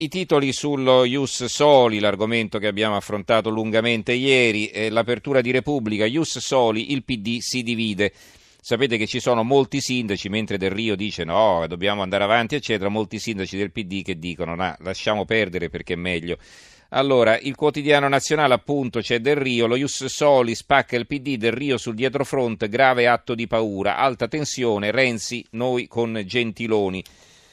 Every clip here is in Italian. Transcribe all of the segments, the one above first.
I titoli sullo Ius Soli, l'argomento che abbiamo affrontato lungamente ieri, l'apertura di Repubblica, Ius Soli, il PD si divide. Sapete che ci sono molti sindaci, mentre Del Rio dice no, dobbiamo andare avanti, eccetera, molti sindaci del PD che dicono no, lasciamo perdere perché è meglio. Allora, il quotidiano nazionale appunto c'è Del Rio, lo Ius Soli spacca il PD, Del Rio sul dietrofront, grave atto di paura, alta tensione, Renzi, noi con Gentiloni.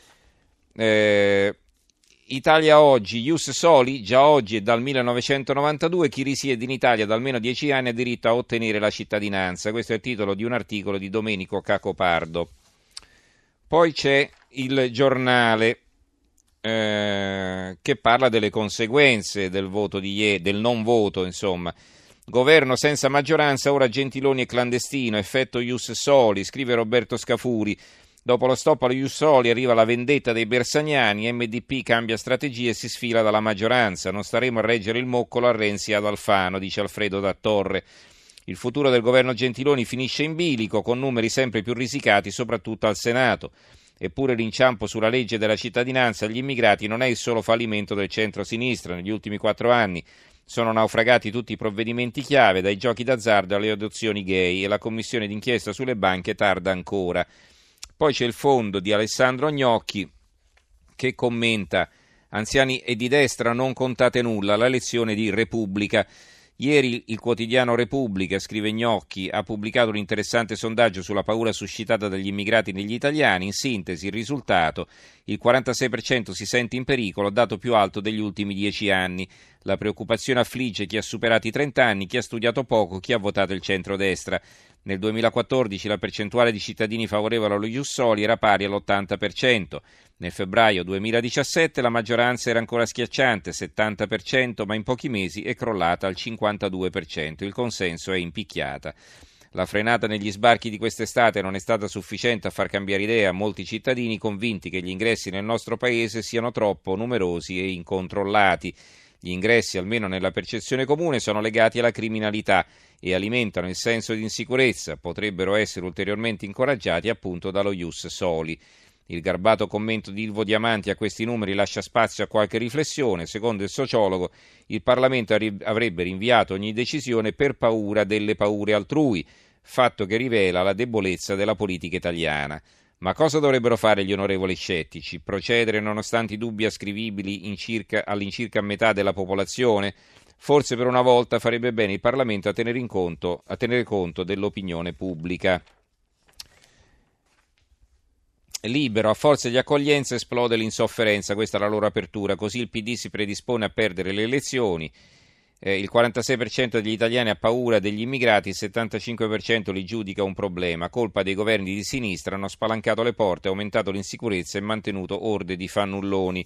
Italia Oggi, Ius Soli, già oggi e dal 1992 chi risiede in Italia da almeno 10 anni ha diritto a ottenere la cittadinanza. Questo è il titolo di un articolo di Domenico Cacopardo. Poi c'è il Giornale che parla delle conseguenze del voto di ieri, del non voto, insomma. Governo senza maggioranza, ora Gentiloni è clandestino, effetto Ius Soli, scrive Roberto Scafuri. Dopo lo stop allo Ius Soli arriva la vendetta dei Bersaniani, MDP cambia strategia e si sfila dalla maggioranza. Non staremo a reggere il moccolo a Renzi e ad Alfano, dice Alfredo da Torre. Il futuro del governo Gentiloni finisce in bilico, con numeri sempre più risicati, soprattutto al Senato. Eppure l'inciampo sulla legge della cittadinanza agli immigrati non è il solo fallimento del centro-sinistra. Negli ultimi 4 anni sono naufragati tutti i provvedimenti chiave, dai giochi d'azzardo alle adozioni gay, e la commissione d'inchiesta sulle banche tarda ancora. Poi c'è il fondo di Alessandro Gnocchi che commenta: anziani e di destra non contate nulla, la lezione di Repubblica. Ieri il quotidiano Repubblica, scrive Gnocchi, ha pubblicato un interessante sondaggio sulla paura suscitata dagli immigrati negli italiani. In sintesi, il risultato: il 46% si sente in pericolo, dato più alto degli ultimi 10 anni. La preoccupazione affligge chi ha superato i 30 anni, chi ha studiato poco, chi ha votato il centrodestra. Nel 2014 la percentuale di cittadini favorevoli allo Ius Soli era pari all'80%. Nel febbraio 2017 la maggioranza era ancora schiacciante, 70%, ma in pochi mesi è crollata al 52%. Il consenso è impicchiata. La frenata negli sbarchi di quest'estate non è stata sufficiente a far cambiare idea a molti cittadini convinti che gli ingressi nel nostro paese siano troppo numerosi e incontrollati. Gli ingressi, almeno nella percezione comune, sono legati alla criminalità e alimentano il senso di insicurezza, potrebbero essere ulteriormente incoraggiati appunto dallo Ius Soli. Il garbato commento di Ilvo Diamanti a questi numeri lascia spazio a qualche riflessione. Secondo il sociologo, il Parlamento avrebbe rinviato ogni decisione per paura delle paure altrui, fatto che rivela la debolezza della politica italiana. Ma cosa dovrebbero fare gli onorevoli scettici? Procedere nonostante i dubbi ascrivibili all'incirca metà della popolazione? Forse per una volta farebbe bene il Parlamento a tenere conto dell'opinione pubblica. Libero, a forza di accoglienza esplode l'insofferenza, questa è la loro apertura, così il PD si predispone a perdere le elezioni. Il 46% degli italiani ha paura degli immigrati, il 75% li giudica un problema. Colpa dei governi di sinistra, hanno spalancato le porte, aumentato l'insicurezza e mantenuto orde di fannulloni.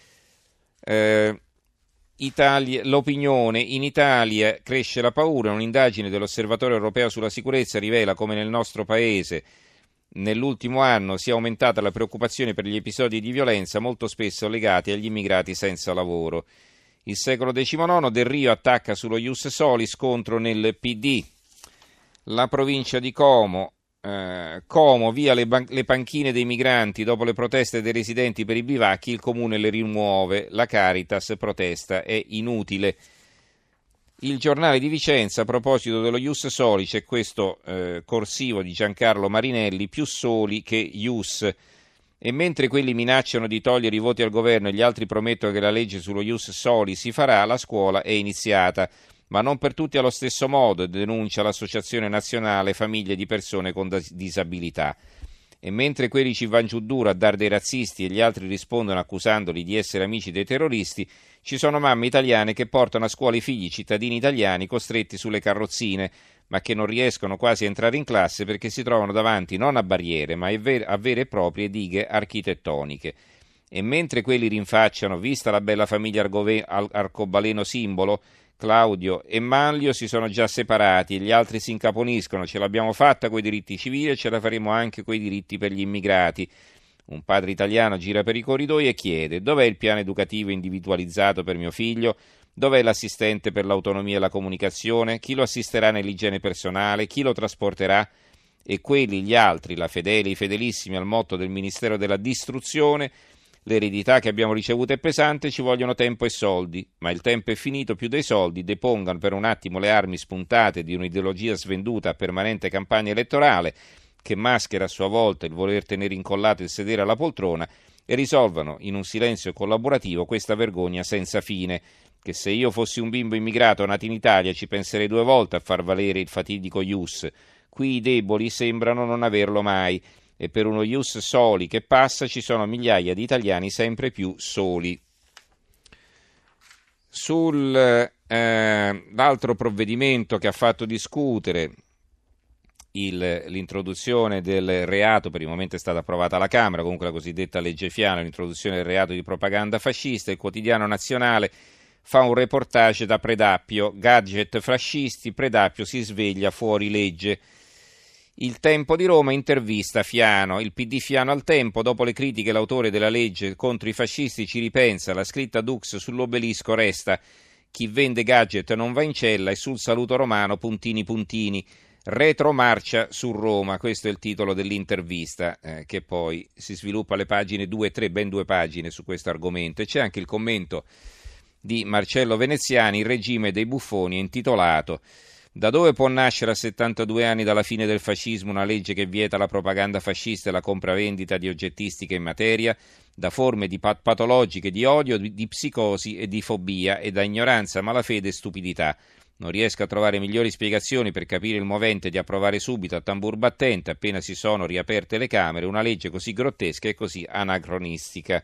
L'opinione: in Italia cresce la paura. Un'indagine dell'Osservatorio Europeo sulla Sicurezza rivela come nel nostro paese nell'ultimo anno sia aumentata la preoccupazione per gli episodi di violenza, molto spesso legati agli immigrati senza lavoro. Il secolo XIX, Del Rio attacca sullo Ius Soli, scontro nel PD. La provincia di Como, via le panchine dei migranti, dopo le proteste dei residenti per i bivacchi, il comune le rimuove, la Caritas protesta, è inutile. Il Giornale di Vicenza, a proposito dello Ius Soli, c'è questo corsivo di Giancarlo Marinelli: più soli che Ius. E mentre quelli minacciano di togliere i voti al governo e gli altri promettono che la legge sullo Ius Soli si farà, la scuola è iniziata, ma non per tutti allo stesso modo, denuncia l'Associazione Nazionale Famiglie di Persone con Disabilità. E mentre quelli ci van giù duro a dar dei razzisti e gli altri rispondono accusandoli di essere amici dei terroristi, ci sono mamme italiane che portano a scuola i figli cittadini italiani costretti sulle carrozzine, ma che non riescono quasi a entrare in classe perché si trovano davanti non a barriere, ma a vere e proprie dighe architettoniche. E mentre quelli rinfacciano, vista la bella famiglia arcobaleno simbolo, Claudio e Manlio si sono già separati e gli altri si incaponiscono: ce l'abbiamo fatta coi diritti civili e ce la faremo anche coi diritti per gli immigrati. Un padre italiano gira per i corridoi e chiede: dov'è il piano educativo individualizzato per mio figlio? Dov'è l'assistente per l'autonomia e la comunicazione? Chi lo assisterà nell'igiene personale? Chi lo trasporterà? E quelli, gli altri, la fedele, i fedelissimi al motto del Ministero della Distruzione, L'eredità che abbiamo ricevuto è pesante, ci vogliono tempo e soldi, ma il tempo è finito più dei soldi, depongano per un attimo le armi spuntate di un'ideologia svenduta a permanente campagna elettorale, che maschera a sua volta il voler tenere incollato il sedere alla poltrona, e risolvano in un silenzio collaborativo questa vergogna senza fine, che se io fossi un bimbo immigrato nato in Italia ci penserei 2 volte a far valere il fatidico ius. Qui i deboli sembrano non averlo mai, e per uno ius soli che passa ci sono migliaia di italiani sempre più soli. L'altro provvedimento che ha fatto discutere, l'introduzione del reato, per il momento è stata approvata alla Camera, comunque la cosiddetta legge Fiano, l'introduzione del reato di propaganda fascista. Il Quotidiano Nazionale fa un reportage da Predappio, gadget fascisti, Predappio si sveglia fuori legge. Il Tempo di Roma intervista Fiano, il PD Fiano al Tempo, dopo le critiche l'autore della legge contro i fascisti ci ripensa, la scritta Dux sull'obelisco resta, chi vende gadget non va in cella e sul saluto romano puntini puntini. Retromarcia su Roma, questo è il titolo dell'intervista, che poi si sviluppa alle pagine 2 e 3, ben 2 pagine su questo argomento, e c'è anche il commento di Marcello Veneziani, Il regime dei buffoni, intitolato Da dove può nascere a 72 anni dalla fine del fascismo una legge che vieta la propaganda fascista e la compravendita di oggettistica in materia? Da forme di patologiche di odio, di psicosi e di fobia, e da ignoranza, malafede e stupidità. Non riesco a trovare migliori spiegazioni per capire il movente di approvare subito a tambur battente, appena si sono riaperte le Camere, una legge così grottesca e così anacronistica.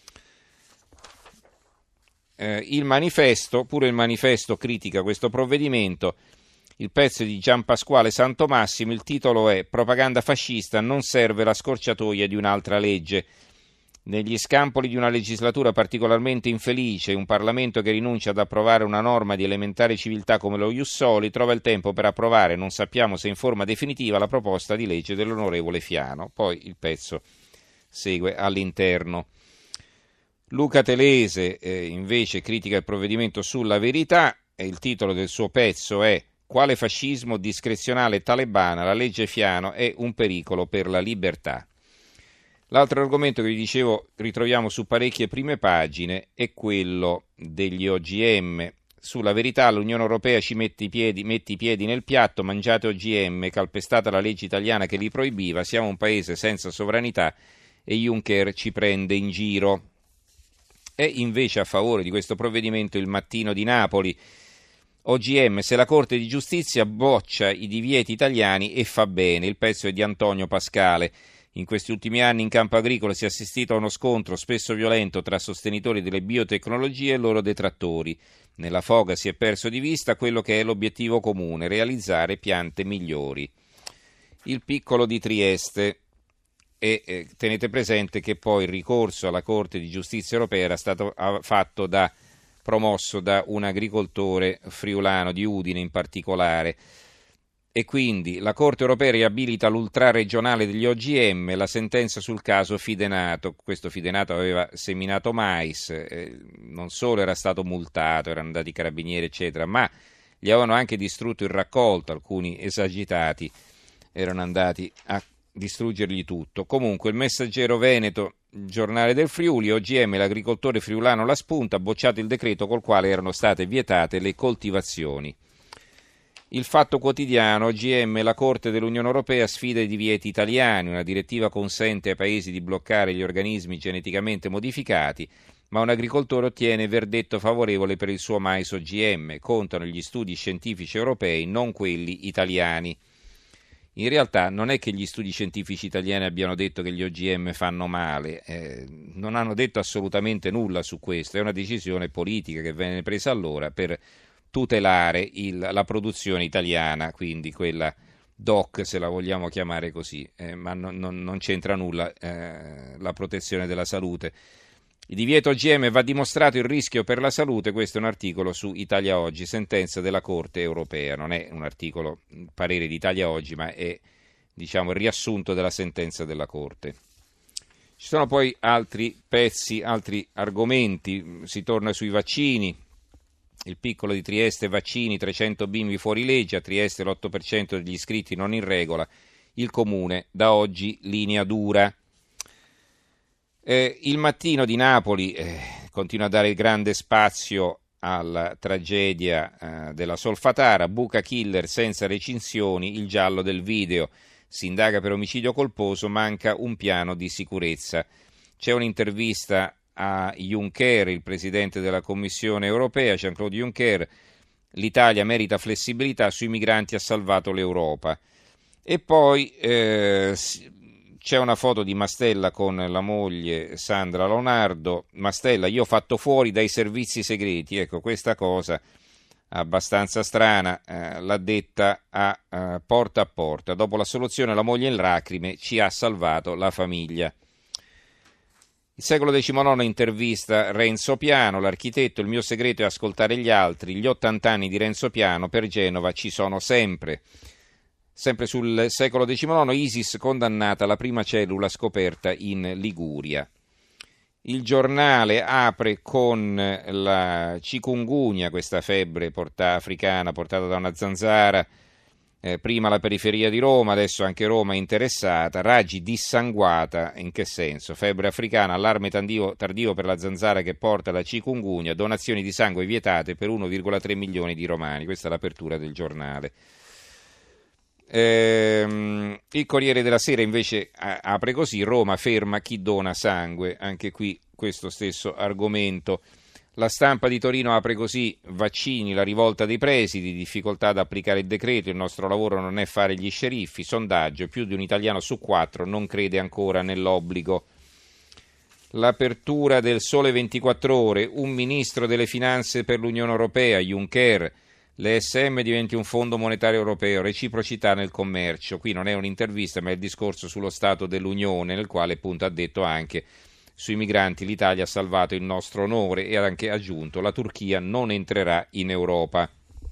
Pure il manifesto critica questo provvedimento. Il pezzo di Gianpasquale Santomassimo, il titolo è Propaganda fascista, non serve la scorciatoia di un'altra legge. Negli scampoli di una legislatura particolarmente infelice, un Parlamento che rinuncia ad approvare una norma di elementare civiltà come lo ius soli trova il tempo per approvare, non sappiamo se in forma definitiva, la proposta di legge dell'onorevole Fiano. Poi il pezzo segue all'interno. Luca Telese invece critica il provvedimento sulla Verità, e il titolo del suo pezzo è Quale fascismo discrezionale talebana, la legge Fiano è un pericolo per la libertà. L'altro argomento che vi dicevo ritroviamo su parecchie prime pagine è quello degli OGM. Sulla Verità l'Unione Europea ci mette i piedi nel piatto, mangiate OGM, calpestata la legge italiana che li proibiva, siamo un paese senza sovranità e Juncker ci prende in giro. È invece a favore di questo provvedimento il Mattino di Napoli. OGM, se la Corte di Giustizia boccia i divieti italiani e fa bene, il pezzo è di Antonio Pascale. In questi ultimi anni in campo agricolo si è assistito a uno scontro spesso violento tra sostenitori delle biotecnologie e loro detrattori. Nella foga si è perso di vista quello che è l'obiettivo comune, realizzare piante migliori. Il Piccolo di Trieste. E tenete presente che poi il ricorso alla Corte di Giustizia europea era stato promosso da un agricoltore friulano di Udine in particolare. E quindi la Corte europea riabilita l'ultraregionale degli OGM, la sentenza sul caso Fidenato. Questo Fidenato aveva seminato mais, non solo era stato multato, erano andati i carabinieri eccetera, ma gli avevano anche distrutto il raccolto, alcuni esagitati erano andati a distruggergli tutto. Comunque il Messaggero Veneto, giornale del Friuli, OGM, l'agricoltore friulano la spunta, bocciato il decreto col quale erano state vietate le coltivazioni. Il Fatto Quotidiano, OGM, la Corte dell'Unione Europea sfida i divieti italiani, una direttiva consente ai paesi di bloccare gli organismi geneticamente modificati, ma un agricoltore ottiene verdetto favorevole per il suo mais OGM, contano gli studi scientifici europei, non quelli italiani. In realtà non è che gli studi scientifici italiani abbiano detto che gli OGM fanno male, non hanno detto assolutamente nulla su questo, è una decisione politica che venne presa allora per tutelare la produzione italiana, quindi quella DOC se la vogliamo chiamare così, ma non c'entra nulla la protezione della salute. Il divieto OGM va dimostrato il rischio per la salute, questo è un articolo su Italia Oggi, sentenza della Corte europea, non è un articolo parere di Italia Oggi, ma è il riassunto della sentenza della Corte. Ci sono poi altri pezzi, altri argomenti, si torna sui vaccini. Il Piccolo di Trieste, vaccini, 300 bimbi fuori legge, a Trieste l'8% degli iscritti non in regola, il Comune da oggi linea dura. Il Mattino di Napoli continua a dare grande spazio alla tragedia della Solfatara, buca killer senza recinzioni, il giallo del video, si indaga per omicidio colposo, manca un piano di sicurezza. C'è un'intervista a Juncker, il presidente della Commissione europea, Jean-Claude Juncker, l'Italia merita flessibilità, sui migranti ha salvato l'Europa. E poi c'è una foto di Mastella con la moglie Sandra Leonardo. Mastella, io ho fatto fuori dai servizi segreti. Ecco, questa cosa abbastanza strana, l'ha detta a Porta. Dopo l'assoluzione la moglie in lacrime, ci ha salvato la famiglia. Il Secolo XIX intervista Renzo Piano, l'architetto, il mio segreto è ascoltare gli altri, gli 80 anni di Renzo Piano per Genova ci sono sempre. Sempre sul Secolo XIX, ISIS condannata alla prima cellula scoperta in Liguria. Il Giornale apre con la chikungunya, questa febbre africana portata da una zanzara, prima la periferia di Roma, adesso anche Roma è interessata, Raggi dissanguata, in che senso? Febbre africana, allarme tardivo per la zanzara che porta la chikungunya, donazioni di sangue vietate per 1,3 milioni di romani, questa è l'apertura del Giornale. Il Corriere della Sera invece apre così, Roma ferma chi dona sangue, anche qui questo stesso argomento. La Stampa di Torino apre così, vaccini, la rivolta dei presidi, difficoltà ad applicare il decreto, il nostro lavoro non è fare gli sceriffi, sondaggio, più di un italiano su 4 non crede ancora nell'obbligo. L'apertura del Sole 24 Ore, un ministro delle finanze per l'Unione Europea, Juncker, l'ESM diventi un fondo monetario europeo, reciprocità nel commercio. Qui non è un'intervista, ma è il discorso sullo Stato dell'Unione, nel quale appunto ha detto anche sui migranti l'Italia ha salvato il nostro onore e ha anche aggiunto la Turchia non entrerà in Europa.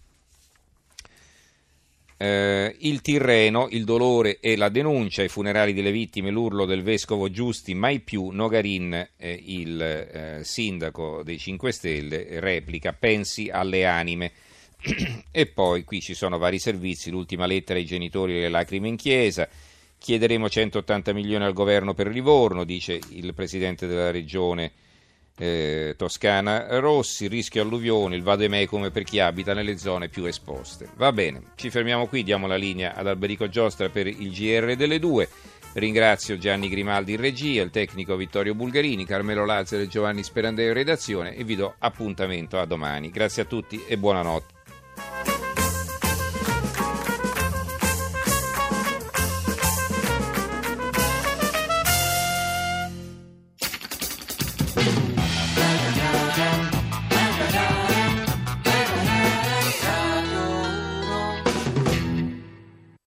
Il Tirreno, il dolore e la denuncia, i funerali delle vittime, l'urlo del vescovo Giusti, mai più. Nogarin, il sindaco dei 5 Stelle, replica, pensi alle anime. E poi qui ci sono vari servizi, l'ultima lettera ai genitori e le lacrime in chiesa, chiederemo 180 milioni al governo per Livorno, dice il presidente della regione Toscana Rossi, rischio alluvioni, il vademecum per chi abita nelle zone più esposte. Va bene, ci fermiamo qui, diamo la linea ad Alberico Giostra per il GR delle 2. Ringrazio Gianni Grimaldi in regia, il tecnico Vittorio Bulgarini, Carmelo Lazzaro e Giovanni Sperandeo in redazione e vi do appuntamento a domani. Grazie a tutti e buonanotte.